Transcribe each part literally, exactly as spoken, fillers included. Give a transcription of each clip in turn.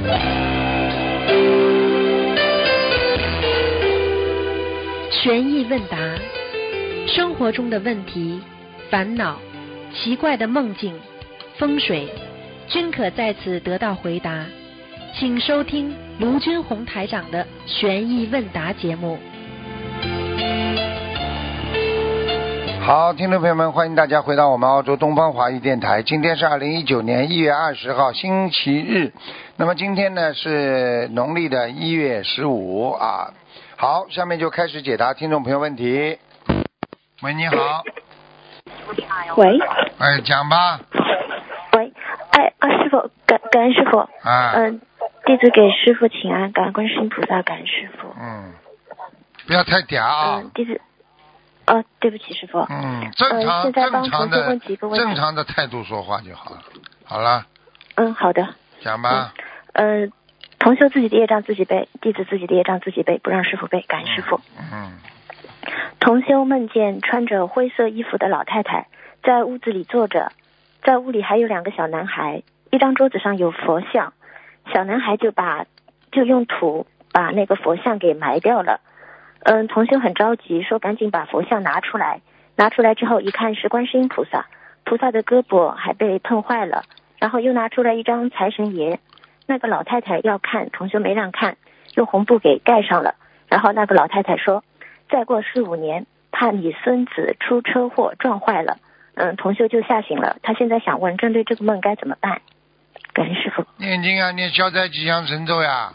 悬疑问答，生活中的问题、烦恼、奇怪的梦境、风水，均可在此得到回答。请收听卢军红台长的悬疑问答节目。 好，听众朋友们，欢迎大家回到我们澳洲东方华语电台。今天是二零一九年一月二十号，星期日。那么今天呢是农历的一月十五啊。好，下面就开始解答听众朋友问题。喂，你好。 喂。 哎，讲吧。 喂，哎啊，师傅，感感恩师傅。 啊。 嗯、呃，弟子给师傅请安，感恩观世音菩萨，感恩师傅。 嗯。不要太嗲啊。 嗯，弟子。哦，对不起，师傅。 嗯，正常、 呃、现在帮正常的问几个问题正常的态度说话就好了。好了。 嗯，好的。 讲吧。 嗯。呃同修自己的业障自己背，弟子自己的业障自己背，不让师傅背，感恩师傅。 嗯。 同修梦见穿着灰色衣服的老太太在屋子里坐着，在屋里还有两个小男孩，一张桌子上有佛像，小男孩就把就用土把那个佛像给埋掉了。嗯，同修很着急，说赶紧把佛像拿出来。拿出来之后一看是观世音菩萨，菩萨的胳膊还被碰坏了，然后又拿出来一张财神爷。那个老太太要看，同修没让看，用红布给盖上了。然后那个老太太说，再过四五年怕你孙子出车祸撞坏了。嗯，同修就吓醒了，他现在想问针对这个梦该怎么办。感恩师父。 念经啊，念消灾吉祥神咒呀。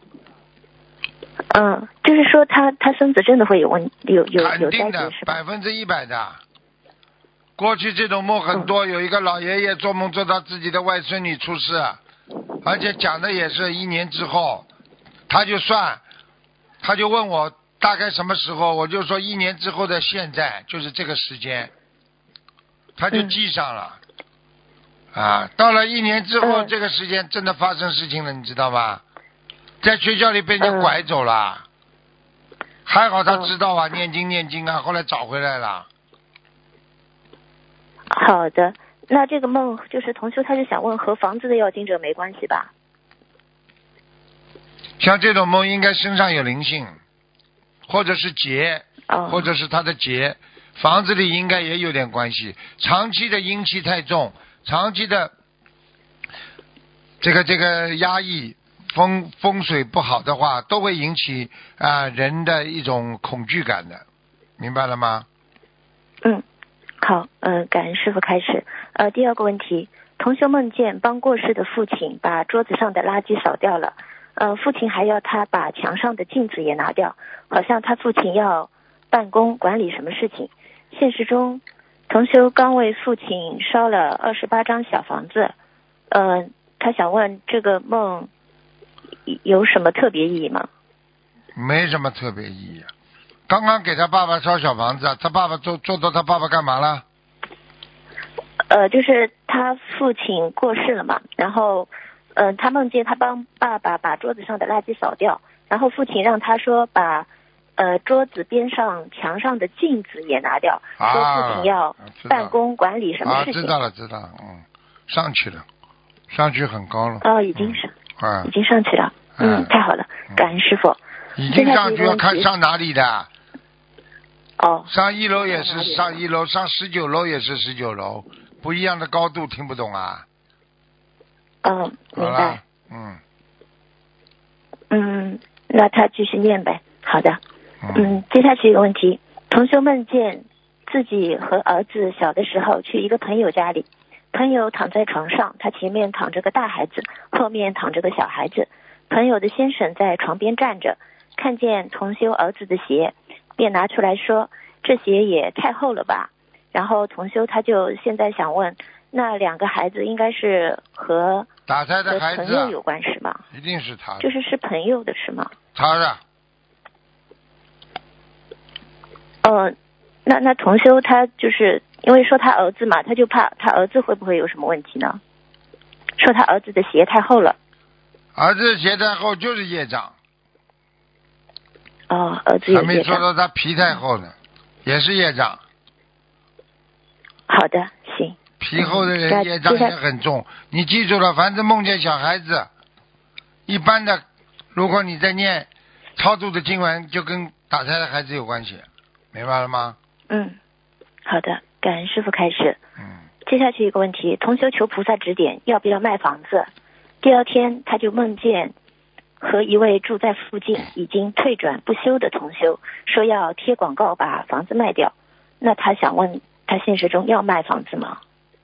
嗯，就是说他他孙子真的会有问有有有灾劫是吧？ 百分之一百的。过去这种梦很多、嗯、有一个老爷爷做梦做到自己的外孙女出事，而且讲的也是一年之后，他就算，他就问我大概什么时候，我就说一年之后的现在，就是这个时间，他就记上了。嗯、啊，到了一年之后、嗯，这个时间真的发生事情了，你知道吗？在学校里被人家拐走了，嗯、还好他知道啊、嗯，念经念经啊，后来找回来了。 好的。那这个梦就是同修他是想问和房子的要经者没关系吧？ 像这种梦应该身上有灵性，或者是劫、 哦、 或者是他的劫，房子里应该也有点关系。长期的阴气太重，长期的这个这个压抑，风风水不好的话，都会引起啊、呃、人的一种恐惧感的，明白了吗？ 嗯。好，嗯、呃，感恩师父开始。呃，第二个问题，同修梦见帮过世的父亲把桌子上的垃圾扫掉了，呃，父亲还要他把墙上的镜子也拿掉，好像他父亲要办公管理什么事情。现实中，同修刚为父亲烧了二十八张小房子，呃，他想问这个梦有什么特别意义吗？ 没什么特别意义啊。刚刚给他爸爸烧小房子，他爸爸做做到他爸爸干嘛了？ 呃，就是他父亲过世了嘛，然后，呃，他梦见他帮爸爸把桌子上的垃圾扫掉，然后父亲让他说把，呃，桌子边上墙上的镜子也拿掉， 啊、 说父亲要办公管理什么事情。 啊，知道了，知道了，嗯，上去了，上去很高了。 哦，已经上， 嗯、 已经上去了，嗯，嗯太好了，感恩师父。 已经上去了，看上哪里的？ 哦， 上一楼也是上一楼，上十九楼也是十九楼，不一样的高度，听不懂啊？ 嗯，明白。 嗯。 嗯，那他继续念呗。好的。嗯，接下去一个问题，同修梦见自己和儿子小的时候去一个朋友家里，朋友躺在床上，他前面躺着个大孩子，后面躺着个小孩子，朋友的先生在床边站着，看见同修儿子的鞋，便拿出来说这鞋也太厚了吧。然后同修他就现在想问，那两个孩子应该是和打胎的孩子、啊、 朋友有关是吗？ 一定是他的， 就是是朋友的是吗？ 他的。 呃，那那同修他就是因为说他儿子嘛，他就怕他儿子会不会有什么问题呢？说他儿子的鞋太厚了。 儿子鞋太厚就是业障。 哦，儿子有业障。还没说到他皮太厚呢，也是业障。 好的，行。 皮厚的人业障也很重，你记住了，凡是梦见小孩子， 一般的，如果你在念超度的经文，就跟打胎的孩子有关系，明白了吗？ 嗯，好的，感恩师父开始。 嗯。 接下去一个问题，同修求菩萨指点要不要卖房子。第二天他就梦见和一位住在附近已经退转不修的同修说要贴广告把房子卖掉，那他想问他现实中要卖房子吗？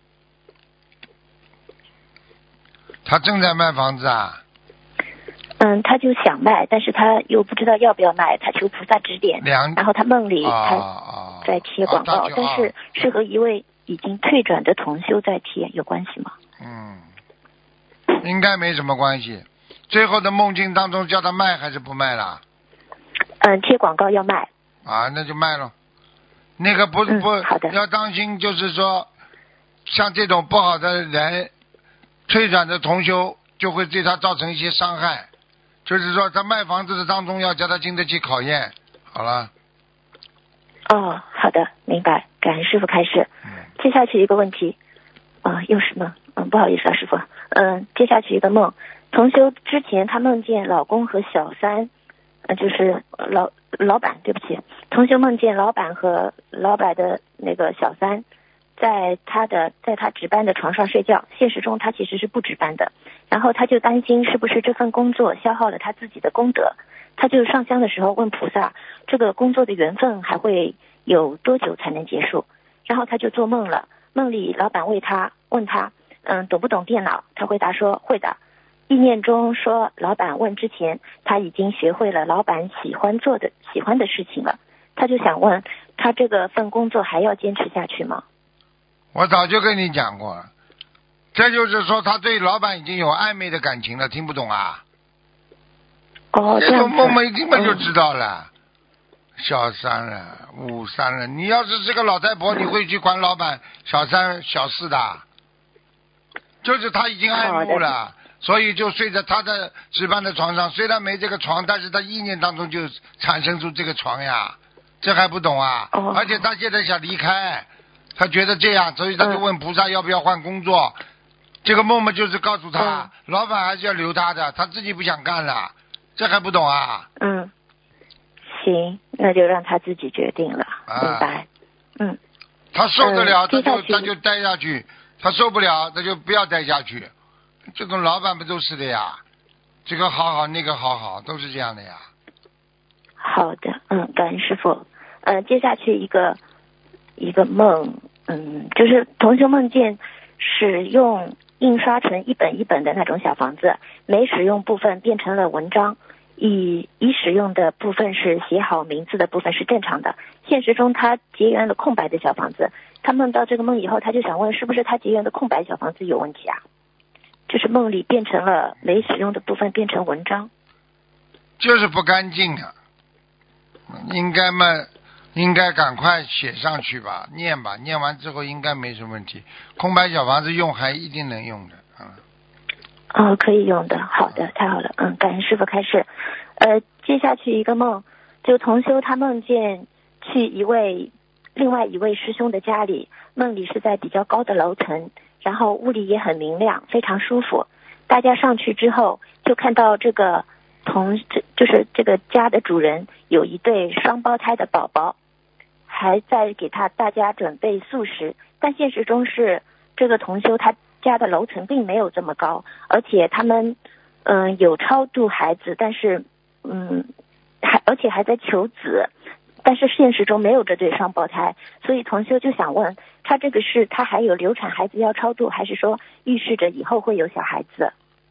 他正在卖房子啊？ 嗯，他就想卖，但是他又不知道要不要卖，他求菩萨指点。 两然后他梦里他啊在贴广告， 啊但是是和一位已经退转的同修在贴，有关系吗？ 嗯，应该没什么关系。最后的梦境当中叫他卖还是不卖啦？ 嗯，贴广告要卖。 啊，那就卖了。那个不嗯不好的要当心，就是说像这种不好的人，退转的同修就会对他造成一些伤害。就是说他卖房子的当中要叫他经得起考验。好了。 哦，好的，明白。感恩师父开示。接下去一个问题，啊、又是梦。嗯，不好意思啊，师父。嗯，接下去一个梦，同修之前她梦见老公和小三，呃，就是老老板，对不起，同修梦见老板和老板的那个小三，在他的在他值班的床上睡觉，现实中他其实是不值班的，然后他就担心是不是这份工作消耗了他自己的功德，他就上香的时候问菩萨，这个工作的缘分还会有多久才能结束？然后他就做梦了，梦里老板为他问他，嗯，懂不懂电脑？他回答说会的。意念中说，老板问之前，他已经学会了老板喜欢做的喜欢的事情了。他就想问，他这个份工作还要坚持下去吗？ 我早就跟你讲过了，这就是说他对老板已经有暧昧的感情了，听不懂啊？ 哦，这这样子。 种梦梦一听嘛就嗯知道了。小三了，五三了，你要是这个老太婆，你会去管老板小三小四的？就是他已经爱慕了，所以就睡在他的值班的床上，虽然没这个床，但是他意念当中就产生出这个床呀，这还不懂啊？ 哦而且他现在想离开，他觉得这样，所以他就问菩萨要不要换工作。嗯、这个梦嘛，就是告诉他， 嗯、 老板还是要留他的，他自己不想干了，这还不懂啊？ 嗯，行，那就让他自己决定了， 啊、 明白。嗯， 他受得了， 呃、 他就他就待下去。他受不了，他就不要待下去。这个老板不都是的呀？这个好好，那个好好，都是这样的呀。 好的，嗯，感恩师父。呃，接下去一个一个梦，嗯，就是同修梦见使用印刷成一本一本的那种小房子，每使用部分变成了文章，已已使用的部分是写好名字的部分是正常的。现实中他结缘了空白的小房子，他梦到这个梦以后，他就想问是不是他结缘的空白小房子有问题啊？就是梦里变成了没使用的部分变成文章， 就是不干净啊，应该嘛，应该赶快写上去吧，念吧，念完之后应该没什么问题。空白小房子用还一定能用的啊。 哦，可以用的，好的，太好了，嗯，感恩师父开示。呃，接下去一个梦，就同修他梦见去一位另外一位师兄的家里，梦里是在比较高的楼层，然后屋里也很明亮，非常舒服。大家上去之后，就看到这个同就是这个家的主人有一对双胞胎的宝宝，还在给他大家准备素食。但现实中是这个同修他家的楼层并没有这么高，而且他们嗯、呃、有超度孩子，但是嗯还而且还在求子。但是现实中没有这对双胞胎，所以同修就想问他，这个是他还有流产孩子要超度，还是说预示着以后会有小孩子？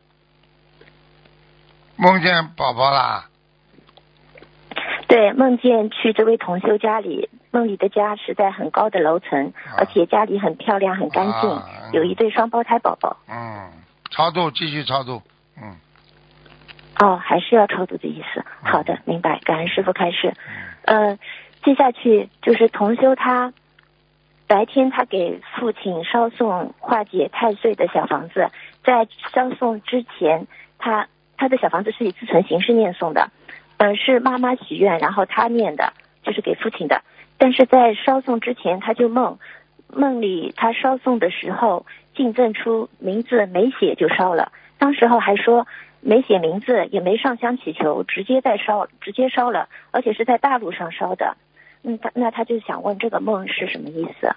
梦见宝宝啦？ 对，梦见去这位同修家里，梦里的家是在很高的楼层， 啊、 而且家里很漂亮很干净、啊嗯、有一对双胞胎宝宝。 嗯，超度继续超度。嗯。 哦，还是要超度的意思。好的，明白，感恩师父开示。呃，接下去就是同修他白天他给父亲烧送化解太岁的小房子，在烧送之前，他他的小房子是以自存形式念诵的，呃，是妈妈许愿，然后他念的，就是给父亲的。但是在烧送之前，他就梦梦里他烧送的时候，进赠出名字没写就烧了，当时候还说。 没写名字，也没上香祈求，直接在烧，直接烧了，而且是在大陆上烧的。嗯，他那他就想问这个梦是什么意思？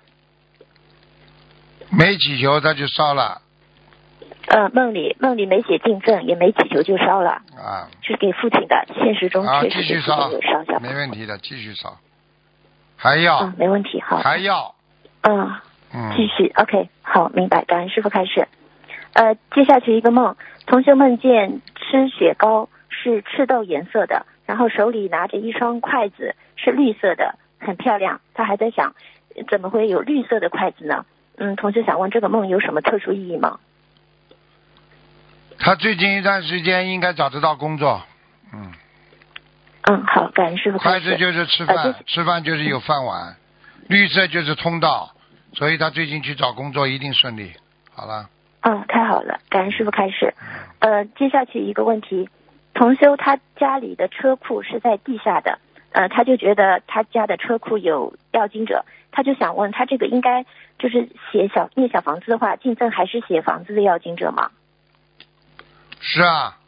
没祈求他就烧了。 呃，梦里梦里没写进赠，也没祈求就烧了。 啊。 是给父亲的，现实中啊， 确实给父继续烧亲有烧小， 没问题的，继续烧。还要。 嗯，没问题，好。 还要。 嗯。 嗯。 继续 ，OK， 好，明白，感恩师父开始。呃，接下去一个梦，同修梦见吃雪糕是赤豆颜色的，然后手里拿着一双筷子是绿色的，很漂亮。他还在想，怎么会有绿色的筷子呢？嗯，同修想问这个梦有什么特殊意义吗？ 他最近一段时间应该找得到工作。嗯。 嗯，好，感恩师父开始。 筷子就是吃饭， 呃、 吃饭就是有饭碗，绿色就是通道，所以他最近去找工作一定顺利。好了。 嗯，太好了，感恩师父开始。呃，接下去一个问题，同修他家里的车库是在地下的，呃，他就觉得他家的车库有要经者，他就想问他这个应该就是写小念小房子的话，进赠还是写房子的要经者吗？ 是啊。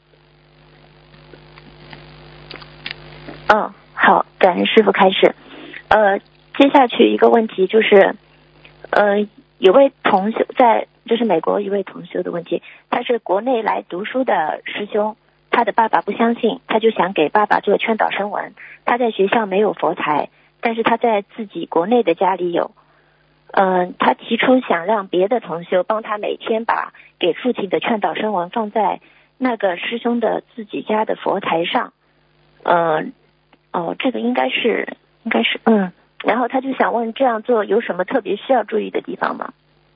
嗯，好，感恩师父开始。呃，接下去一个问题就是，呃，有位同修在。这是美国一位同修的问题，他是国内来读书的师兄，他的爸爸不相信，他就想给爸爸做劝导声闻。他在学校没有佛台，但是他在自己国内的家里有。嗯、呃，他提出想让别的同修帮他每天把给父亲的劝导声闻放在那个师兄的自己家的佛台上。嗯、呃，哦，这个应该是应该是嗯，然后他就想问这样做有什么特别需要注意的地方吗？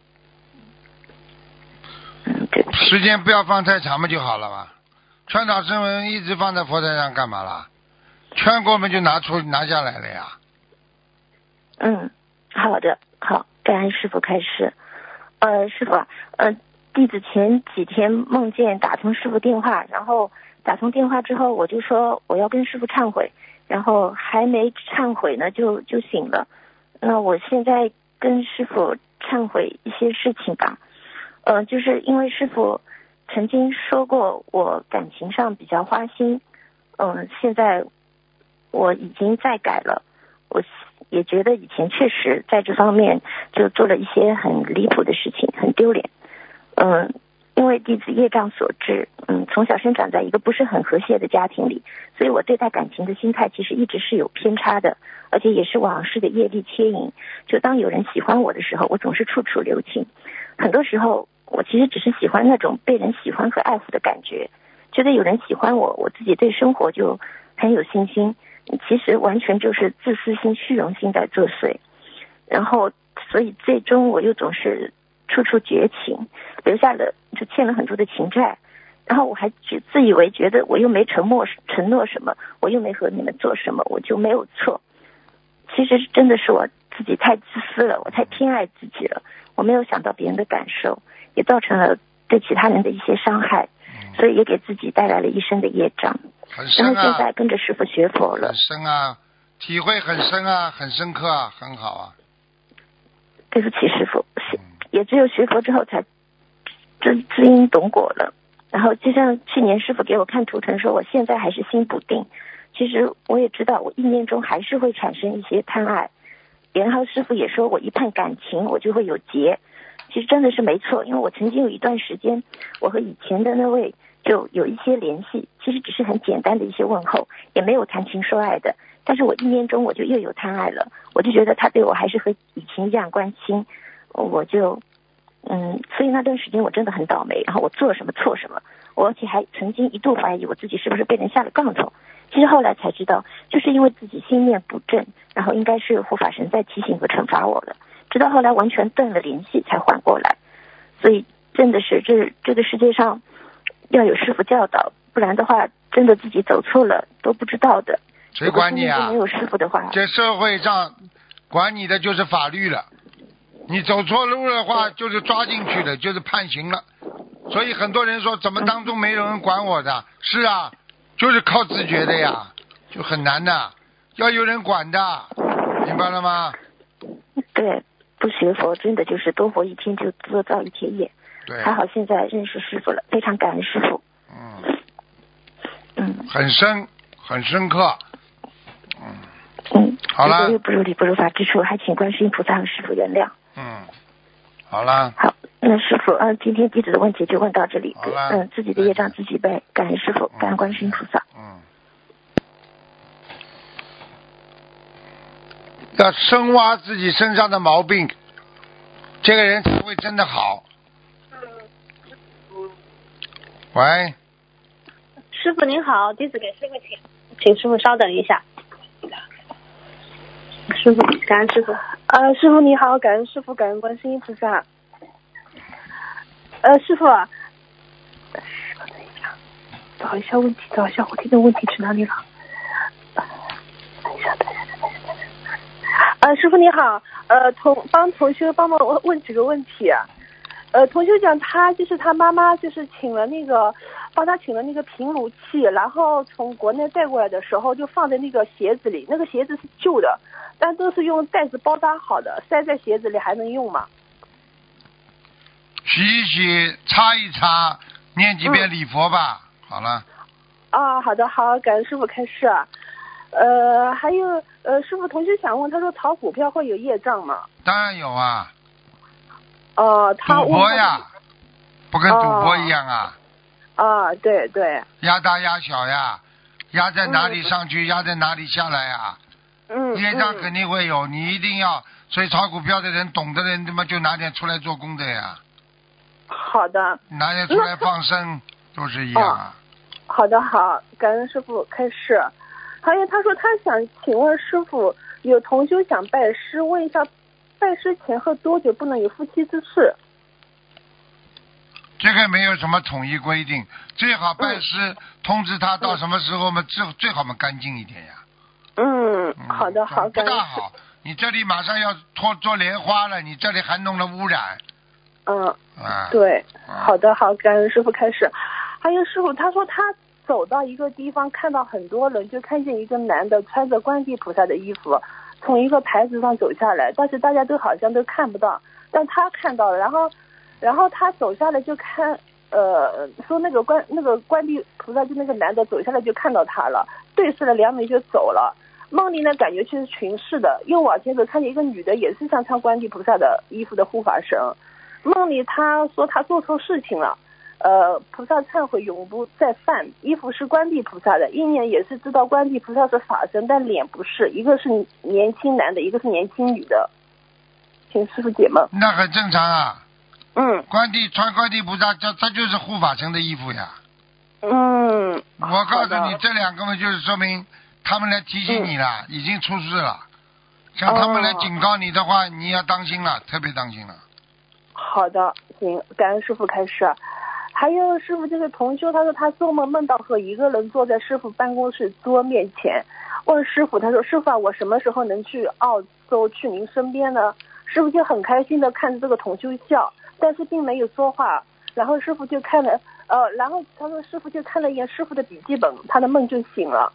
时间不要放太长嘛就好了嘛。劝导声闻一直放在佛台上干嘛啦？劝过嘛就拿出拿下来了呀。 嗯，好的，好，感恩师父开始。呃，师父啊，呃，弟子前几天梦见打通师父电话，然后打通电话之后我就说我要跟师父忏悔，然后还没忏悔呢就就醒了。那我现在跟师父忏悔一些事情吧。呃，就是因为师父曾经说过我感情上比较花心，嗯、呃，现在我已经在改了，我也觉得以前确实在这方面就做了一些很离谱的事情，很丢脸。嗯、呃，因为弟子业障所致，嗯，从小生长在一个不是很和谐的家庭里，所以我对待感情的心态其实一直是有偏差的，而且也是往事的业力牵引。就当有人喜欢我的时候，我总是处处留情，很多时候我其实只是喜欢那种被人喜欢和爱护的感觉，觉得有人喜欢我，我自己对生活就很有信心。其实完全就是自私心、虚荣心在作祟。然后，所以最终我又总是处处绝情，留下了就欠了很多的情债。然后我还自以为觉得我又没承诺承诺什么，我又没和你们做什么，我就没有错。其实真的是我自己太自私了，我太偏爱自己了，我没有想到别人的感受，也造成了对其他人的一些伤害，所以也给自己带来了一生的业障。 很深啊。 然后现在跟着师父学佛了。 很深啊，体会很深啊，很深刻啊，很好啊。 对不起师父，也只有学佛之后才知知因懂果了。然后就像去年师父给我看图腾说我现在还是心不定，其实我也知道我意念中还是会产生一些贪爱。然后师父也说我一碰感情我就会有结，其实真的是没错，因为我曾经有一段时间我和以前的那位就有一些联系，其实只是很简单的一些问候，也没有谈情说爱的，但是我意念中我就又有贪爱了，我就觉得他对我还是和以前一样关心，我就嗯，所以那段时间我真的很倒霉，然后我做什么错什么，我而且还曾经一度怀疑我自己是不是被人下了杠头。其实后来才知道，就是因为自己心念不正，然后应该是护法神在提醒和惩罚我了，直到后来完全断了联系才缓过来。所以真的是这这个世界上要有师父教导，不然的话真的自己走错了都不知道的。 谁管你啊？ 没有师父的话， 这社会上管你的就是法律了，你走错路的话就是抓进去了，就是判刑了。所以很多人说怎么当中没有人管我的、嗯、是啊，就是靠自觉的呀，就很难的，要有人管的，明白了吗？ 对，不学佛真的就是多活一天就多造一天业。 对， 还好现在认识师父了，非常感恩师父。 嗯， 很深很深刻。嗯嗯， 好了， 又不如理不如法之处，还请观世音菩萨和师父原谅。 嗯，好了。 好，那师父，嗯、呃，今天弟子的问题就问到这里。 好了。 嗯，自己的业障自己背，感恩师父，感恩观世音菩萨。 嗯。要深挖自己身上的毛病，这个人才会真的好。喂， 师傅您好，弟子给师傅请，请师傅稍等一下。师傅，感恩师傅。 呃，师傅你好，感恩师傅，感恩观世音菩萨。呃，师傅，找一下问题，找一下我听的问题去哪里了？等一下，等一下，等一下，等一下。呃，师傅你好，呃，同帮同修帮忙问问几个问题。呃，同修讲他就是他妈妈就是请了那个帮他请了那个平炉器，然后从国内带过来的时候就放在那个鞋子里，那个鞋子是旧的，但都是用袋子包扎好的，塞在鞋子里还能用吗？ 洗一洗，擦一擦，念几遍礼佛吧。嗯、好了。 啊，好的，好，感恩师傅开示。呃，还有呃，师傅同学想问，他说炒股票会有业障吗？ 当然有啊。 哦、呃，他赌博呀，不跟赌博一样啊。 啊、呃，对对。 压大压小呀，压在哪里上去，嗯、压在哪里下来呀？ 嗯。 业障肯定会有，你一定要，所以炒股票的人，懂的人，他妈就拿点出来做功德呀。 好的。 拿点出来放生，都是一样啊。 哦、好的，好，感恩师傅开示。还有，他说他想请问师傅，有同修想拜师，问一下，拜师前后多久不能有夫妻之事？ 这个没有什么统一规定，最好拜师、嗯、通知他到什么时候嘛，最最好嘛干净一点呀。 嗯，好的，好， 不大好。你这里马上要做做莲花了，你这里还弄了污染。 嗯。 啊。 对，好的，好，感恩师傅开始。还有师傅，他说他走到一个地方，看到很多人，就看见一个男的穿着观世菩萨的衣服，从一个牌子上走下来，但是大家都好像都看不到，但他看到了，然后，然后他走下来就看，呃，说那个观那个观世菩萨就那个男的走下来就看到他了，对视了两眼就走了。梦里呢，感觉就是巡视的，又往前走，看见一个女的，也是像穿观世菩萨的衣服的护法神。梦里他说他做错事情了。呃，菩萨忏悔，永不再犯。衣服是观地菩萨的，意念也是知道观地菩萨是法身，但脸不是，一个是年轻男的，一个是年轻女的。请师父解梦。 那很正常啊。 嗯。 观地穿观地菩萨，这这就是护法神的衣服呀。 嗯。 我告诉你，这两个嘛，就是说明他们来提醒你了，嗯、已经出事了。像他们来警告你的话，哦、你要当心了，特别当心了。 好的，行，感恩师父开示。还有师傅就是同修，他说他做梦梦到和一个人坐在师傅办公室桌面前，问师傅，他说师傅啊，我什么时候能去澳洲去您身边呢？师傅就很开心的看着这个同修笑，但是并没有说话。然后师傅就看了，呃，然后他说师傅就看了一眼师傅的笔记本，他的梦就醒了。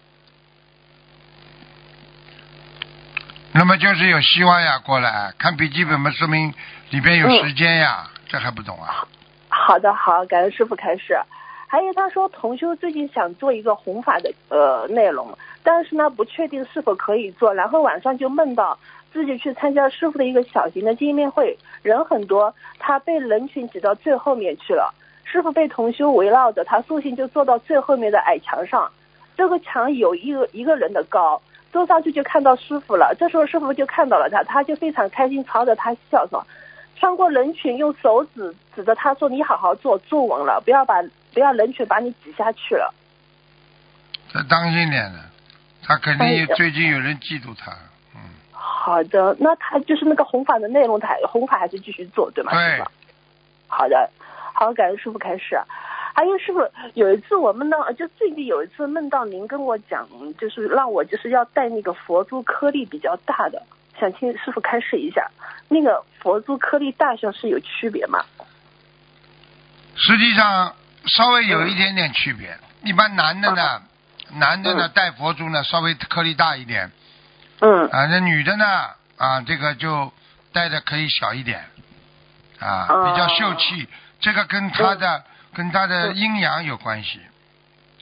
那么就是有希望呀，过来看笔记本嘛，说明里边有时间呀，嗯、这还不懂啊？ 好的，好，感恩师父开示。还有他说同修最近想做一个弘法的呃内容，但是呢不确定是否可以做，然后晚上就梦到自己去参加师父的一个小型的见面会，人很多，他被人群挤到最后面去了，师父被同修围绕着，他索性就坐到最后面的矮墙上，这个墙有一个一个人的高，坐上去就看到师父了，这时候师父就看到了他，他就非常开心，朝着他笑说，穿过人群，用手指指着他说：“你好好坐，坐稳了，不要把不要人群把你挤下去了。” 他当心点的，他肯定最近有人嫉妒他。嗯。 好的，那他就是那个弘法的内容，他弘法还是继续做，对吗？ 对。 好的，好，感恩师父开示。还有师傅，有一次我梦到，就最近有一次梦到您跟我讲，就是让我就是要带那个佛珠颗粒比较大的。想请师父开示一下，那个佛珠颗粒大小是有区别吗？ 实际上稍微有一点点区别。嗯、一般男的呢，啊、男的呢、嗯、戴佛珠呢稍微颗粒大一点。 嗯。 啊，那女的呢啊，这个就戴的可以小一点。啊，比较秀气，这个跟他的、嗯、跟他的阴阳有关系。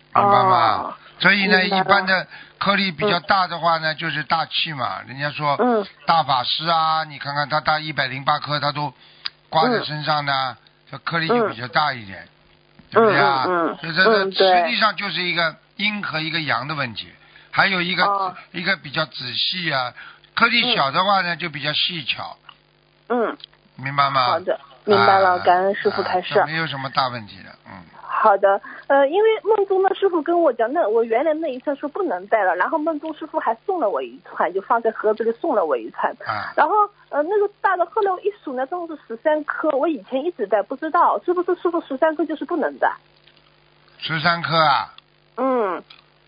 明白吗？ 哦、 所以呢， 明白了一般的颗粒比较大的话呢，嗯、就是大气嘛。人家说， 嗯， 大法师啊，你看看他大一百零八颗，他都挂在身上呢，这、嗯、颗粒就比较大一点，嗯、对不对啊？ 嗯嗯， 所以这这嗯实际上就是一个阴和一个阳的问题，还有一个、 哦、 一个比较仔细啊，颗粒小的话呢、嗯、就比较细巧。 嗯， 明白吗？ 好的，明白了，啊、感恩师傅开示、 啊。没有什么大问题的，嗯。 好的，呃，因为梦中的师傅跟我讲，那我原来那一串说不能带了，然后梦中师傅还送了我一串，就放在盒子里送了我一串。 啊。 然后呃那个大的，后来我一数呢，总是十三颗，我以前一直带，不知道是不是师傅十三颗就是不能带。 十三颗啊。 嗯。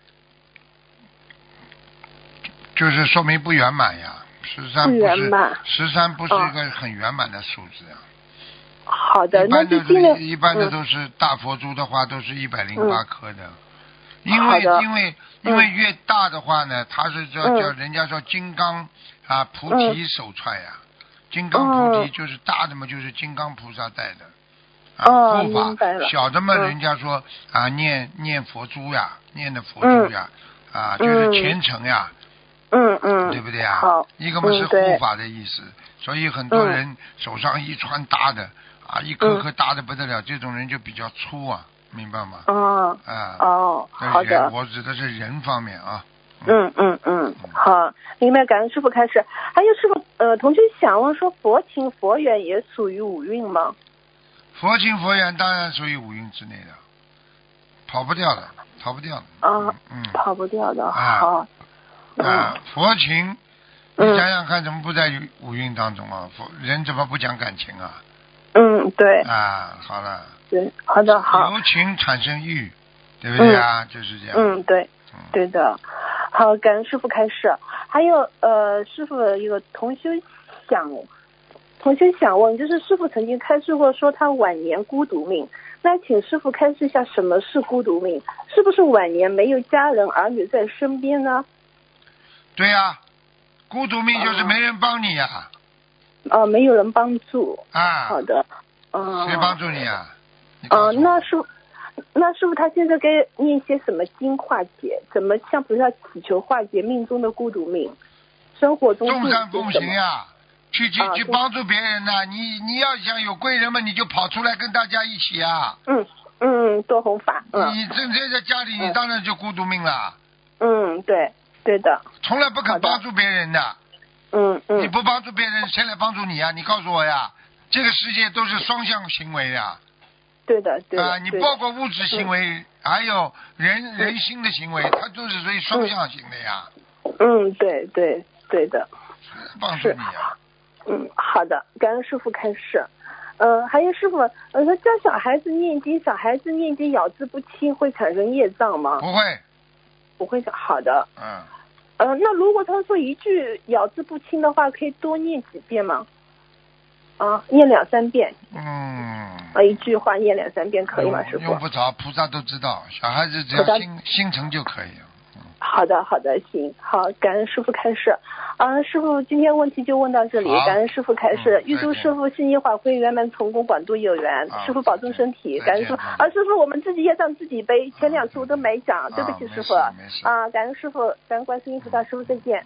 就是说明不圆满呀，十三不是十三不是一个很圆满的数字啊。 好的， 一般的那就一般的都是大佛珠的话，都是一百零八颗的，嗯、因为因为因为越大的话呢，它是叫叫人家说金刚啊菩提手串呀，嗯、金刚菩提就是大的嘛，就是金刚菩萨带的啊护法，小的嘛，人家说啊念念佛珠呀，念的佛珠呀， 嗯、 啊就是虔诚呀。 嗯嗯， 对不对啊？ 好， 一个嘛是护法的意思，嗯、所以很多人手上一串大的、嗯、啊，一颗颗大的不得了，嗯、这种人就比较粗啊，明白吗？ 哦， 啊， 哦，好的， 我指的是人方面啊。 嗯嗯嗯，好，明白，感恩师傅开始。还有师傅，呃，同学想问说，佛情佛缘也属于五蕴吗？ 佛情佛缘当然属于五蕴之内的，跑不掉的，逃不掉的。 啊， 嗯，嗯跑不掉的， 啊、 好。 啊，佛情，你想想看，怎么不在五蕴当中啊？佛人怎么不讲感情啊？ 嗯，对。 啊，好了。 对，好的，好。 由情产生欲，对不对啊？ 嗯、 就是这样。 嗯，对，对的。好，感恩师傅开示。还有呃，师傅的一个同修想，同修想问，就是师傅曾经开示过说他晚年孤独命，那请师傅开示一下什么是孤独命？是不是晚年没有家人儿女在身边呢？ 对呀、啊，孤独命就是没人帮你呀、啊。 哦、呃，没有人帮助。 啊。 好的。嗯、呃。 谁帮助你啊？ 嗯、呃，那师傅，那师傅他现在该念些什么经化解？怎么向菩萨祈求化解命中的孤独命？生活中众善奉行呀，去去、 啊、 去帮助别人呐、啊！你你要想有贵人嘛，你就跑出来跟大家一起啊。 嗯嗯，多弘法。嗯。 你整天在家里，你当然就孤独命了。 嗯，对。对的， 从来不肯帮助别人的。 嗯嗯。 你不帮助别人，谁来帮助你啊？你告诉我呀，这个世界都是双向行为呀。 对的，对的。 啊，你包括物质行为，嗯、还有人、嗯、人心的行为，它都是属于双向型的呀。 嗯，对对对的。 帮助你啊。 嗯，好的，感恩师父开示。呃，还有师傅，呃，说教小孩子念经，小孩子念经咬字不清会产生业障吗？ 不会。 不会的，好的。 嗯。 呃，那如果他说一句咬字不清的话，可以多念几遍吗？啊，念两三遍。 嗯。 啊，一句话念两三遍可以吗，师傅？ 用不着，菩萨都知道，小孩子只要心心诚就可以了。嗯、 好的，好的，行，好，感恩师傅开示。啊，师傅，今天问题就问到这里，感恩师傅开示，预祝师傅心意法会圆满成功，广度有缘，师傅保重身体，感恩师傅。啊，师傅，我们自己业障自己背，前两次我都没讲，对不起师傅。啊，感恩师傅，感恩观世音菩萨，师傅再见。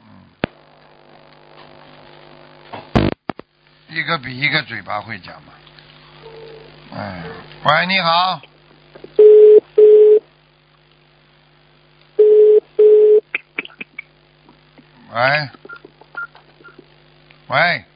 一个比一个嘴巴会讲嘛。哎，喂，你好。喂。喂。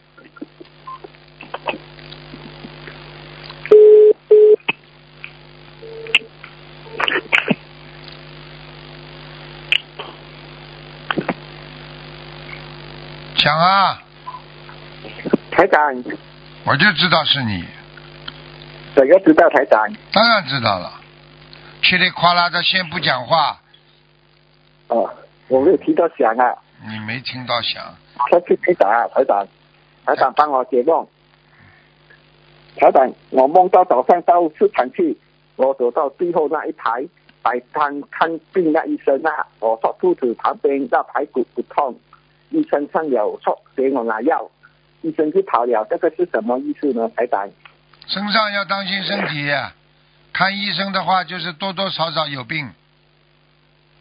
讲啊。 台长。 我就知道是你。 怎个知道台长？ 当然知道了。噼里哗啦的，先不讲话。 哦，我没有听到响啊。 你没听到响。 他是台长啊，台长，台长帮我解梦。台长，我梦到早上到市场去，我走到最后那一排摆摊看病那医生啊，我说肚子旁边那排骨不痛，医生上有说给我拿药，医生就跑了，这个是什么意思呢，台长？ 身上要当心身体，看医生的话就是多多少少有病。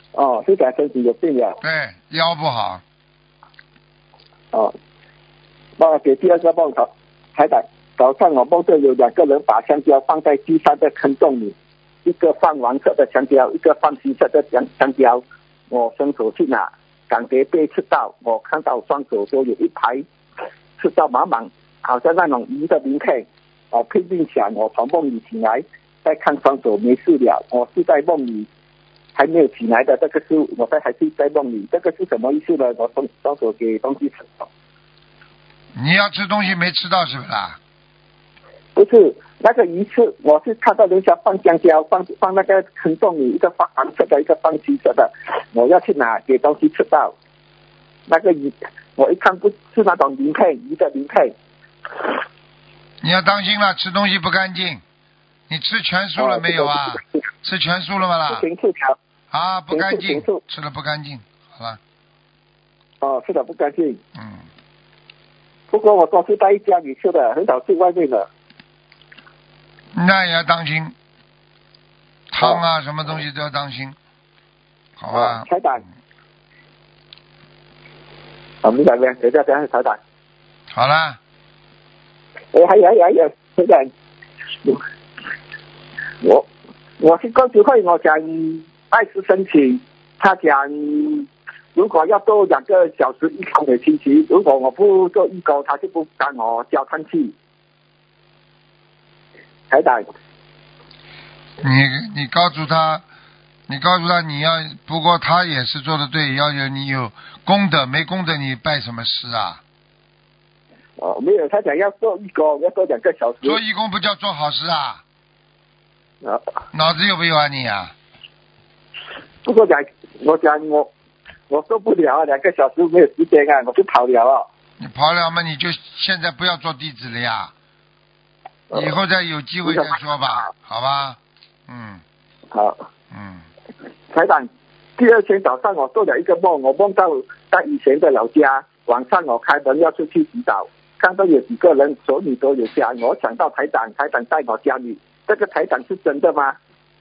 哦，是讲身体有病了。 对，腰不好。 哦，那给第二个梦头，台长，早上我梦见有两个人把香蕉放在第三个坑洞里，一个放黄色的香蕉，一个放青色的香香蕉。我伸手去拿，感觉被吃到，我看到双手都有一排吃到满满，好像那种鱼的鳞片。我拼命想，我从梦里醒来，再看双手没事了，我是在梦里还没有起来的，这个是我在还是在梦里，这个是什么意思呢？我双双手给东西吃到。 你要吃东西没吃到是不是啦？ 不是那个鱼翅，我是看到人家放香蕉，放放那个坑洞里，一个放黄色的，一个放青色的，我要去拿给东西吃到。那个鱼，我一看不是那种鳞片，鱼的鳞片。 你要当心了，吃东西不干净。你吃全素了没有啊？ 哦、 吃全素了吗啦？ 全素条。 啊，不干净，吃了不干净，好了。 哦，吃的不干净。 嗯。 不过我都是在家里吃的，很少吃外面的。 那也要当心，汤啊，哦、什么东西都要当心，好吧？ 彩蛋。好，明白没？等一下，等一下，彩蛋。 好了。 哎，还有还有还有，彩蛋。我我是公司会，我讲爱是申请，他讲如果要做两个小时一趟的星期，如果我不做义工，他就不让我交上去。台长， 你你告诉他，你告诉他你要，不过他也是做的对，要有你有功德，没功德你拜什么师啊？ 哦，没有，他讲要做义工，要做两个小时。 做义工不叫做好事啊？ 啊， 脑子有没有啊你啊？ 不过讲，我讲我我受不了啊，两个小时没有时间啊，我就跑了啊。 你跑了嘛，你就现在不要做弟子了呀。以后再有机会再说吧，好吧？嗯。 好。 嗯。 台长，第二天早上我做了一个梦，我梦到在以前的老家，晚上我开门要出去洗澡，看到有几个人手里都有香，我想到台长，台长在我家里，这个台长是真的吗？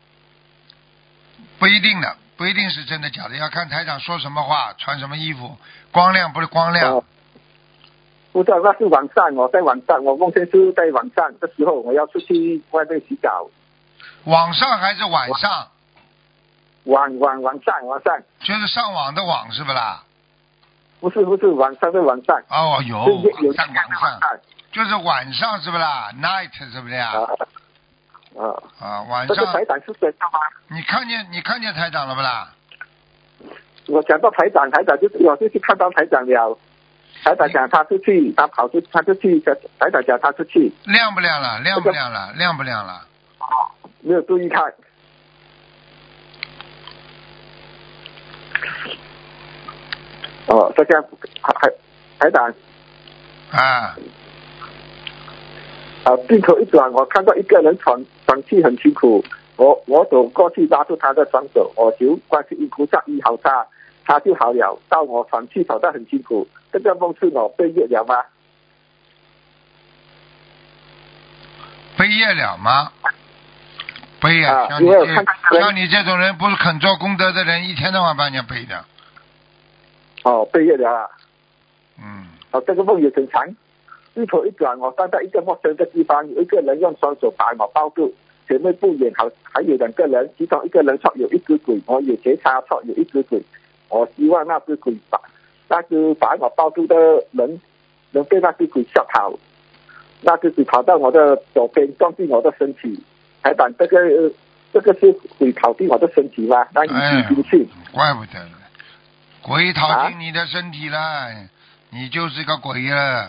不一定的，不一定是真的假的，要看台长说什么话，穿什么衣服，光亮不是光亮。哦， 不知道，那是晚上，我在晚上，我梦见是在晚上的时候，我要出去外面洗澡。 晚上还是晚上？ 晚晚晚上晚上。 就是上网的网是不啦？ 不是不是，晚上的晚上。 哦，有晚上晚上，就是晚上是不啦 ？night 是不是呀？ 啊啊啊！晚上。 这个台长是真的吗？ 你看见你看见台长了不啦？ 我讲到台长，台长就我就去看到台长了。台长讲他出去，他跑出，他就去。台长讲他出去。 亮不亮了？亮不亮了？亮不亮了？ 没有注意看。哦，这样台台长。 啊。 啊，镜头一转，我看到一个人喘喘气很辛苦，我我走过去拉住他的双手，我求观世音菩萨医好他，他就好了。到我喘气喘得很辛苦，这个梦是我背业了吗？ 背业了吗？背呀、啊，像你这像你这种人，不是肯做功德的人，一天到晚帮人家背的。 哦，背业了啊。 嗯。 哦，这个梦也很长。一头一转，我站在一个陌生的地方，有一个人用双手把我抱住，前面不远好还有两个人，其中一个人说有一只鬼，我有觉察说有一只鬼，我希望那只鬼把那只把我抱住的人能被那只鬼吓跑，那只鬼跑到我的左边撞进我的身体，台长，这个这个是鬼跑进我的身体吗？那你进去、 哎，怪不得了，鬼逃进你的身体了。啊，你就是个鬼了！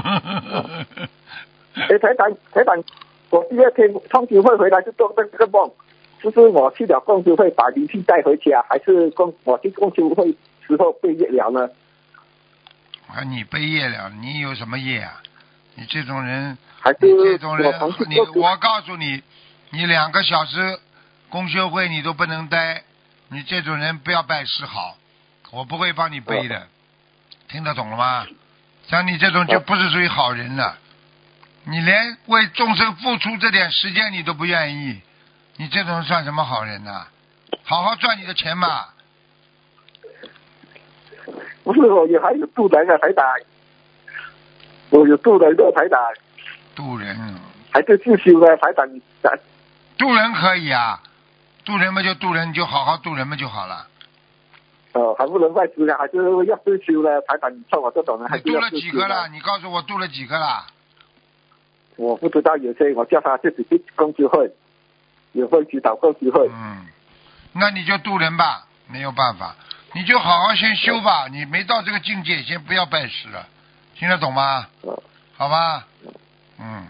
哎，台长，台长，我第二天同学会回来就做这个梦，就是我去了共修会把灵气带回家，还是共我去共修会时候背业了呢？ 啊，你背业了，你有什么业啊？你这种人， 还是你这种人， 我你我告诉你，你两个小时共修会你都不能待，你这种人不要拜师好，我不会帮你背的。哦，听得懂了吗？像你这种就不是属于好人了，你连为众生付出这点时间你都不愿意，你这种算什么好人呢？好好赚你的钱吧， 不是我有还有渡人啊，台长，我有渡人的台长， 渡人还是自修的台长， 渡人可以啊，渡人嘛就渡人，你就好好渡人嘛就好了。 哦，还不能外资啊，还是要自修的台长，你像我这种人还是渡了要自修的。 几个了？你告诉我渡了几个了？ 我不知道，有些我叫他自己去公司会，有会去找公司会。 嗯，那你就渡人吧，没有办法，你就好好先修吧。你没到这个境界，先不要拜师了，听得懂吗？ 哦、 好吧，嗯。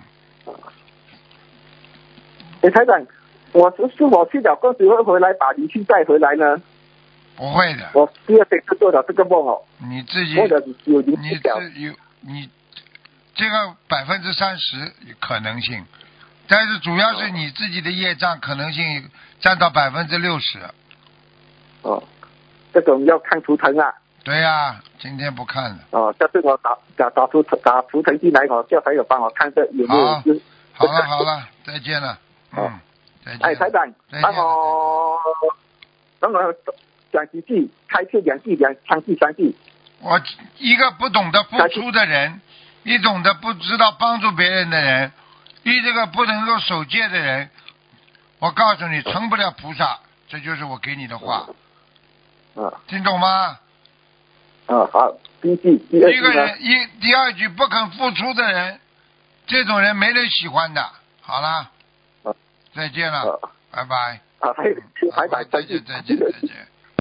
哎，台长，我是是我去了公司会回来把灵气带回来呢？ 不会的。 我第二天就做了这个梦哦。 你自己。 或者有灵你气表。 有你。这个百分之三十可能性，但是主要是你自己的业障可能性占到百分之六十。 哦，这种要看图腾啊。 对呀、啊，今天不看了。 哦，下次我打打打图打图腾进来，我叫朋友帮我看这有没有。 好，好了好了，再见了。嗯，再见。 哎，台长，帮我帮我讲几句，开次两句，两三句三句。 我一个不懂得付出的人。一种的不知道帮助别人的人，一这个不能够守戒的人，我告诉你成不了菩萨，这就是我给你的话。 啊， 听懂吗？ 啊，好，第一句，第二句。 一个人一第二句不肯付出的人，这种人没人喜欢的。好了， 啊、 再见了，啊、拜拜。 啊，还有还再再见再见再见。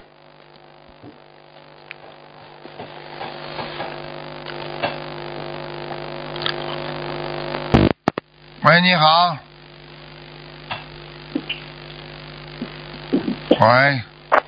喂，你好。喂。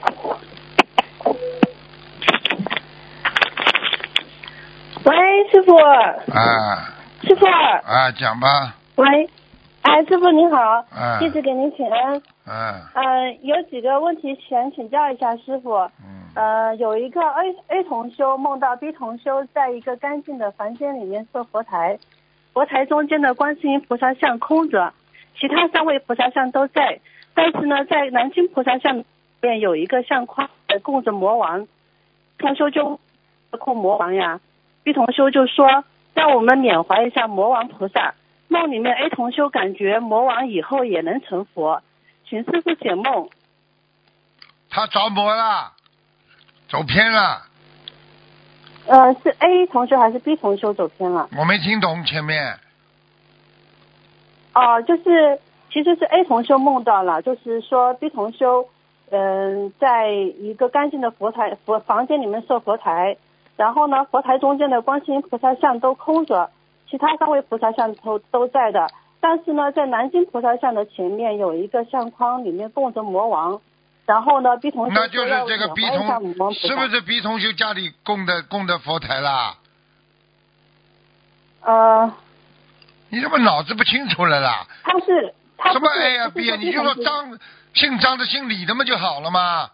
喂，师傅。 啊。 师傅。 啊，讲吧。 喂，哎，师傅您好。 啊。 弟子给您请安。 啊。 呃，有几个问题想请教一下师傅。 嗯。 呃，有一个 A A 同修梦到 B 同修在一个干净的房间里面设佛台。佛台中间的观世音菩萨像空着，其他三位菩萨像都在，但是呢，在南京菩萨像里面有一个相框供着魔王。同修就供魔王呀 ，B 同修就说让我们缅怀一下魔王菩萨。梦里面 A 同修感觉魔王以后也能成佛，请师父解梦。 他着魔了，走偏了。 呃，是 A 同修还是 B 同修走偏了？ 我没听懂前面。 哦、呃，就是其实是 A 同修梦到了，就是说 B 同修，嗯、呃，在一个干净的佛台佛房间里面设佛台，然后呢，佛台中间的观世音菩萨像都空着，其他三位菩萨像都都在的，但是呢，在南京菩萨像的前面有一个相框，里面供着魔王。然后呢 ，B 同修那就是这个 B 同，是不是 B 同修家里供的供的佛台啦？ 呃， 你怎么脑子不清楚了啦？ 他是他什么 A 啊 B 啊？你就说张姓张的姓李的嘛就好了嘛。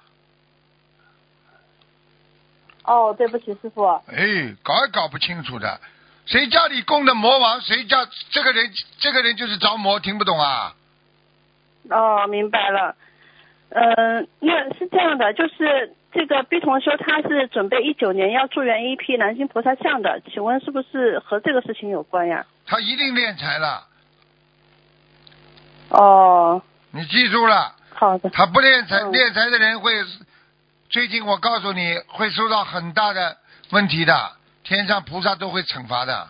哦，对不起，师傅。 哎，搞也搞不清楚的，谁家里供的魔王，谁家这个人这个人就是着魔，听不懂啊？ 哦，明白了。嗯、呃，那是这样的，就是这个 B 同修他是准备一九年要助缘一批南京菩萨像的，请问是不是和这个事情有关呀？ 他一定敛财了。 哦。 你记住了。 好的。 他不敛财， 嗯、 敛财的人会，最近我告诉你会受到很大的问题的，天上菩萨都会惩罚的。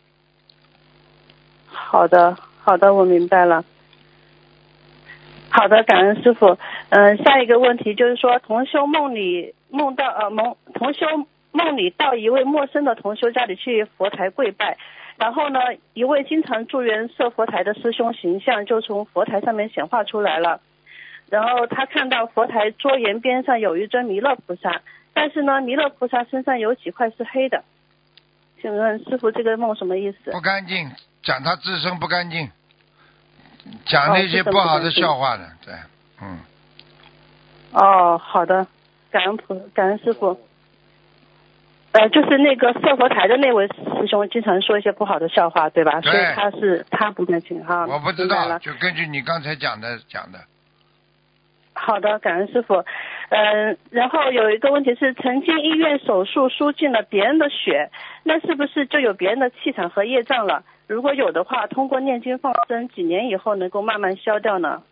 好的，好的，我明白了。好的，感恩师傅。嗯、呃，下一个问题就是说，同修梦里梦到呃梦同修梦里到一位陌生的同修家里去佛台跪拜，然后呢，一位经常助缘设佛台的师兄形象就从佛台上面显化出来了。然后他看到佛台桌沿边上有一尊弥勒菩萨，但是呢，弥勒菩萨身上有几块是黑的。请问师傅，这个梦什么意思？ 不干净，讲他自身不干净。讲那些不好的笑话的，哦、对，嗯。 哦，好的，感恩菩，感恩师傅。呃，就是那个设佛台的那位师兄经常说一些不好的笑话，对吧？ 对。 所以他是他不干净哈。 我不知道，就根据你刚才讲的讲的。 好的，感恩师傅。 嗯，然后有一个问题是，曾经医院手术输进了别人的血，那是不是就有别人的气场和业障了？如果有的话，通过念经放生，几年以后能够慢慢消掉呢？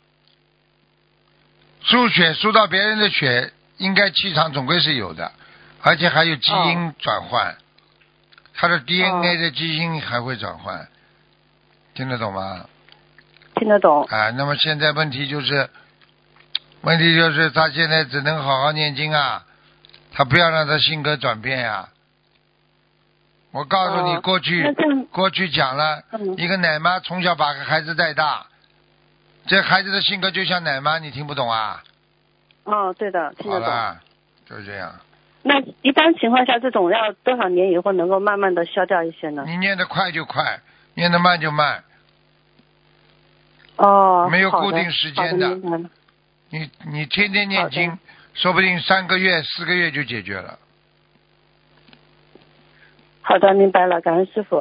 输血输到别人的血，应该气场总归是有的，而且还有基因转换，他的 D N A 的基因还会转换，听得懂吗？ 听得懂。 啊，那么现在问题就是，问题就是他现在只能好好念经啊，他不要让他性格转变呀、啊。我告诉你， 哦、 过去过去讲了、嗯，一个奶妈从小把个孩子带大，这孩子的性格就像奶妈，你听不懂啊？ 哦，对的，听得懂。 好了，就是这样。 那一般情况下，这种要多少年以后能够慢慢的消掉一些呢？ 你念得快就快，念得慢就慢。 哦， 没有固定时间的。 的你你天天念经，说不定三个月、四个月就解决了。 好的，明白了，感恩师父。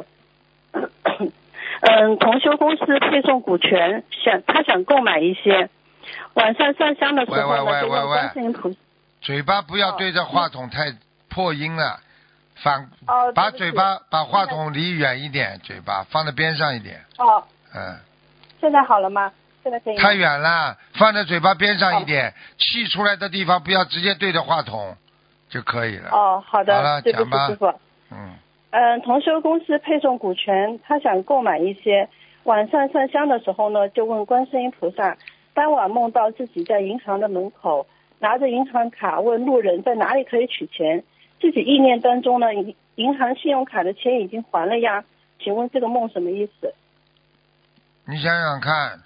嗯，同修公司配送股权，想他想购买一些，晚上上香的时候呢，就让观世音菩萨。 嘴巴不要对着话筒太破音了，反、 哦、 把嘴巴把话筒离远一点，嘴巴放在边上一点。 哦。 嗯。 现在好了吗？现在可以吗？ 太远了，放在嘴巴边上一点，哦、气出来的地方不要直接对着话筒就可以了。 哦，好的。 好了， 对不起，师傅。 嗯。 嗯，同修公司配送股权，他想购买一些。晚上上香的时候呢，就问观世音菩萨。当晚梦到自己在银行的门口，拿着银行卡问路人在哪里可以取钱。自己意念当中呢，银行信用卡的钱已经还了呀。请问这个梦什么意思？ 你想想看，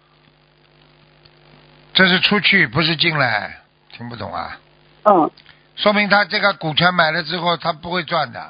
这是出去不是进来，听不懂啊？ 嗯。 说明他这个股权买了之后，他不会赚的。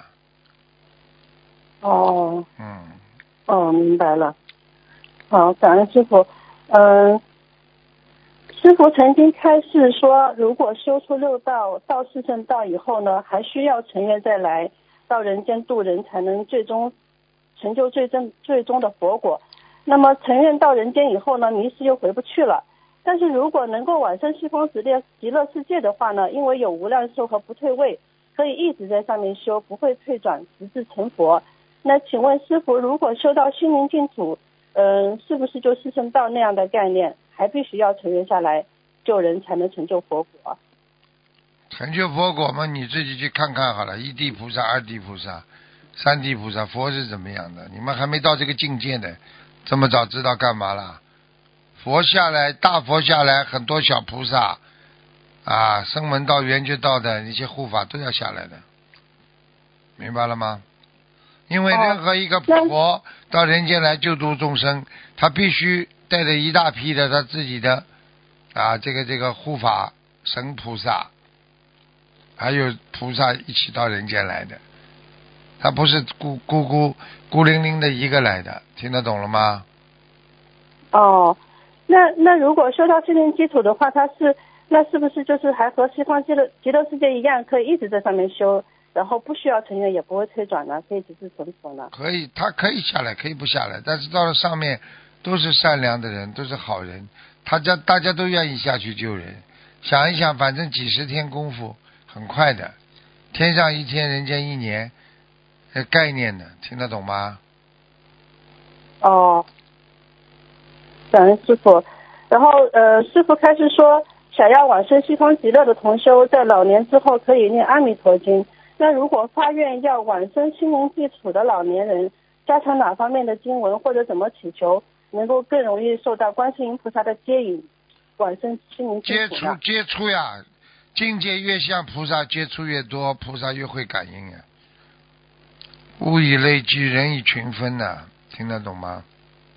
哦。 嗯。 哦，明白了。好，感恩师傅。嗯，师傅曾经开示说，如果修出六道到四圣道以后呢，还需要成愿再来到人间度人，才能最终成就最终最终的佛果。那么成愿到人间以后呢，迷失又回不去了。但是如果能够往生西方极乐极乐世界的话呢，因为有无量寿和不退位，可以一直在上面修，不会退转，直至成佛。那请问师父，如果修到心灵净土，嗯、呃，是不是就四圣道那样的概念，还必须要成愿下来救人才能成就佛果？ 成就佛果嘛，你自己去看看好了。一地菩萨、二地菩萨、三地菩萨，佛是怎么样的？你们还没到这个境界呢，这么早知道干嘛啦？佛下来，大佛下来，很多小菩萨啊，声闻道、缘觉道的一些护法都要下来的，明白了吗？因为任何一个佛到人间来救度众生，他必须带着一大批的他自己的啊，这个这个护法神菩萨，还有菩萨一起到人间来的，他不是孤孤孤孤零零的一个来的，听得懂了吗？ 哦，那那如果修到心灵基础的话，他是那是不是就是还和西方极乐极乐世界一样，可以一直在上面修？然后不需要成愿，也不会退转呢，可以直至成佛呢。 可以，他可以下来，可以不下来，但是到了上面都是善良的人，都是好人，他家大家都愿意下去救人。想一想，反正几十天功夫，很快的，天上一天，人间一年，这概念的，听得懂吗？ 哦，感恩师父。然后呃，师父开始说，想要往生西方极乐的同修，在老年之后可以念阿弥陀经。那如果发愿要往生心灵基础的老年人，加强哪方面的经文，或者怎么祈求，能够更容易受到观世音菩萨的接引，往生心灵基础？ 接触接触呀，境界越向菩萨接触越多，菩萨越会感应呀。物以类聚，人以群分呐、啊，听得懂吗？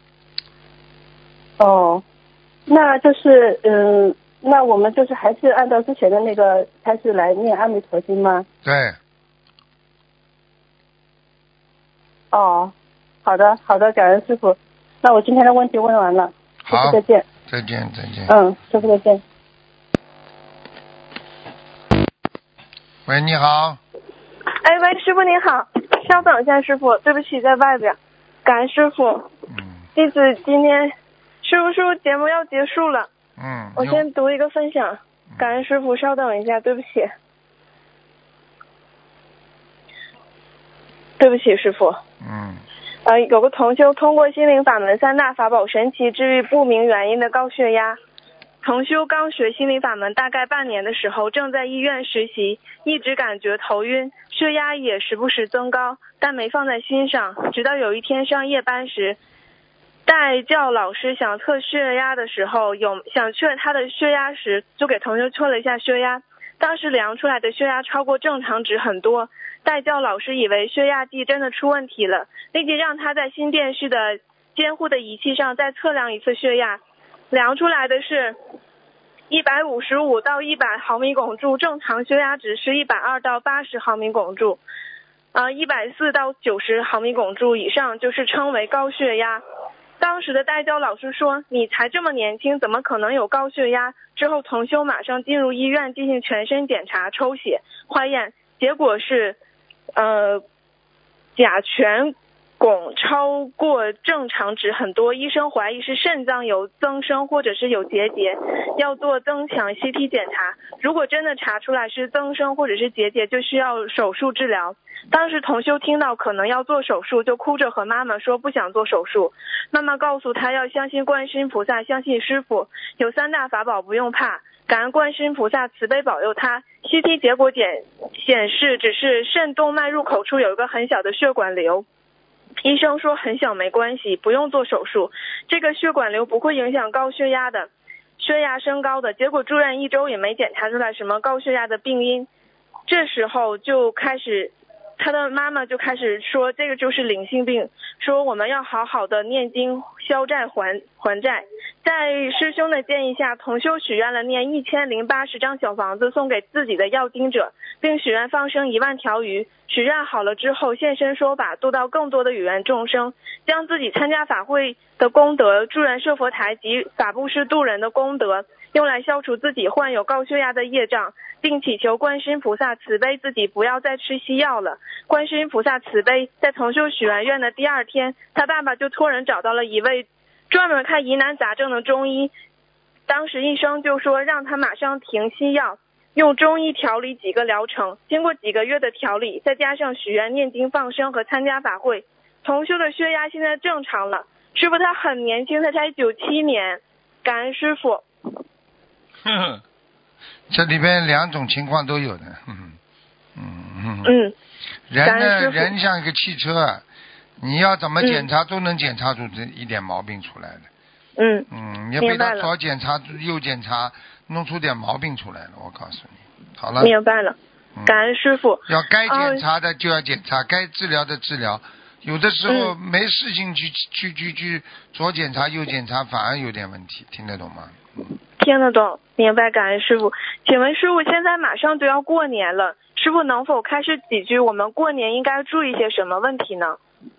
哦，那就是嗯，那我们就是还是按照之前的那个开始来念阿弥陀经吗？ 对。 哦，好的好的，感恩师傅。那我今天的问题问完了，师傅再见。 再见再见。 嗯，师傅再见。 喂，你好。 哎喂，师傅您好，稍等一下，师傅，对不起，在外边。感恩师傅。 嗯。 弟子今天，师傅师傅节目要结束了。 嗯。 我先读一个分享。 嗯。 感恩师傅，稍等一下，对不起，对不起，师傅。 嗯。 呃，有个同修通过心灵法门三大法宝神奇治愈不明原因的高血压。同修刚学心灵法门大概半年的时候，正在医院实习，一直感觉头晕，血压也时不时增高，但没放在心上。直到有一天上夜班时，带教老师想测血压的时候，有想测他的血压时，就给同修测了一下血压。当时量出来的血压超过正常值很多，带教老师以为血压计真的出问题了，立即让他在新电视的监护的仪器上再测量一次血压，量出来的是一百五十五到一百毫米汞柱，正常血压值是一百二到八十毫米汞柱，呃一百四到九十毫米汞柱以上就是称为高血压。当时的带教老师说，你才这么年轻，怎么可能有高血压？之后同修马上进入医院进行全身检查、抽血、化验，结果是呃甲醛汞超过正常值很多，医生怀疑是肾脏有增生或者是有结节，要做增强 C T 检查。如果真的查出来是增生或者是结节，就需要手术治疗。当时同修听到可能要做手术，就哭着和妈妈说不想做手术。妈妈告诉他要相信观世音菩萨，相信师父，有三大法宝不用怕，感恩观世音菩萨慈悲保佑他。C T 结果显显示只是肾动脉入口处有一个很小的血管瘤，医生说很小没关系，不用做手术，这个血管瘤不会影响高血压的，血压升高的。结果住院一周也没检查出来什么高血压的病因，这时候就开始他的妈妈就开始说这个就是灵性病，说我们要好好的念经消债还还债。在师兄的建议下，同修许愿了念一千零八十张小房子送给自己的要经者，并许愿放生一万条鱼。许愿好了之后现身说法，度到更多的有缘众生，将自己参加法会的功德、助人设佛台及法布施度人的功德用来消除自己患有高血压的业障，并祈求观世音菩萨慈悲自己不要再吃西药了。观世音菩萨慈悲，在同修许完愿的第二天，他爸爸就托人找到了一位专门看疑难杂症的中医，当时医生就说让他马上停西药，用中医调理几个疗程。经过几个月的调理，再加上许愿念经放生和参加法会，同修的血压现在正常了。师父他很年轻，他才九七年，感恩师父。 哼，这里边两种情况都有的。嗯嗯嗯， 人呢，人像一个汽车，你要怎么检查、 嗯、 都能检查出这一点毛病出来的。 嗯嗯，你被他左检查右检查，弄出点毛病出来了，我告诉你。好了。 明白了，感恩师父。 嗯、要该检查的就要检查，哦、该治疗的治疗。有的时候没事情去、嗯、去去去左检查右检查，反而有点问题，听得懂吗？嗯， 听得懂，明白，感恩师父。请问师父，现在马上就要过年了，师父能否开示几句我们过年应该注意些什么问题呢？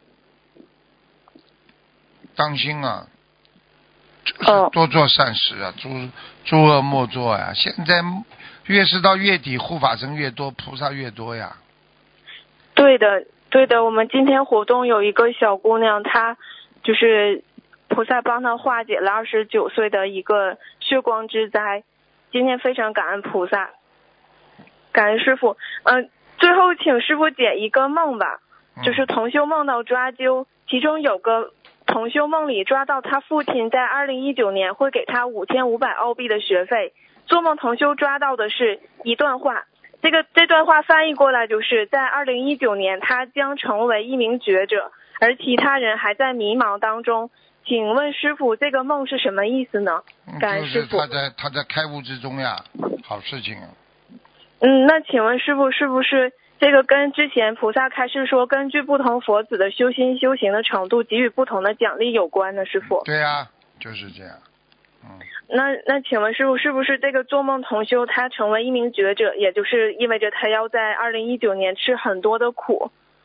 当心啊，就是多做善事啊，诸诸恶莫作呀、啊。现在越是到月底，护法神越多，菩萨越多呀。 对的，对的。我们今天活动有一个小姑娘，她就是菩萨帮她化解了二十九岁的一个血光之灾。今天非常感恩菩萨，感恩师父。嗯、呃，最后请师父解一个梦吧，就是同修梦到抓阄，其中有个同修梦里抓到他父亲在二零一九年会给他五千五百澳币的学费。做梦同修抓到的是一段话，这个这段话翻译过来就是在二零一九年他将成为一名觉者，而其他人还在迷茫当中。请问师父，这个梦是什么意思呢？感恩师父。 就是他在他在开悟之中呀，好事情啊。 嗯，那请问师父，是不是这个跟之前菩萨开示说根据不同佛子的修心修行的程度给予不同的奖励有关呢？师父。 对呀、啊，就是这样。嗯。 那那请问师父，是不是这个做梦同修他成为一名觉者，也就是意味着他要在二零一九年吃很多的苦？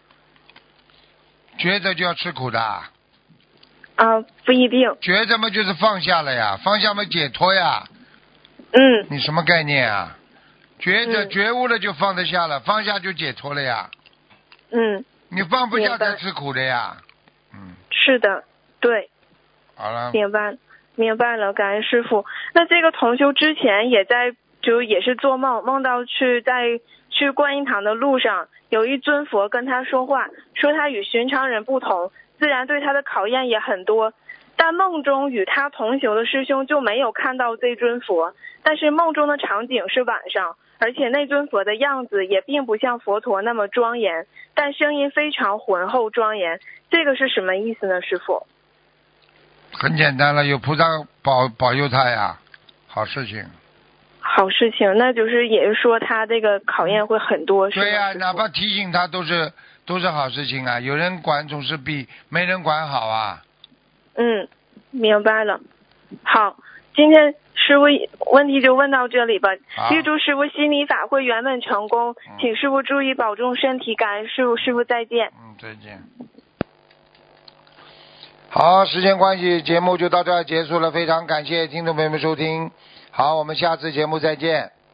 觉者就要吃苦的。 啊，不一定。 觉着嘛就是放下了呀，放下嘛解脱呀。 嗯。 你什么概念啊？觉着、 嗯、 觉悟了就放得下了，放下就解脱了呀。 嗯。 你放不下才吃苦的呀。嗯。 是的，对。 好了。 明白，明白了，感恩师父。那这个同修之前也在就也是做梦，梦到去在去观音堂的路上，有一尊佛跟他说话，说他与寻常人不同，自然对他的考验也很多。但梦中与他同修的师兄就没有看到这尊佛，但是梦中的场景是晚上，而且那尊佛的样子也并不像佛陀那么庄严，但声音非常浑厚庄严，这个是什么意思呢，师父？ 很简单了，有菩萨保保佑他呀，好事情。 好事情，那就是也是说他这个考验会很多，是吗？ 对呀、啊，哪怕提醒他都是都是好事情啊。有人管总是比没人管好啊。 嗯，明白了。好，今天师傅问题就问到这里吧。预祝师傅心理法会圆满成功， 嗯、 请师傅注意保重身体，感恩师傅，师傅再见。 嗯，再见。好，时间关系，节目就到这儿结束了，非常感谢听众朋友们收听，好，我们下次节目再见。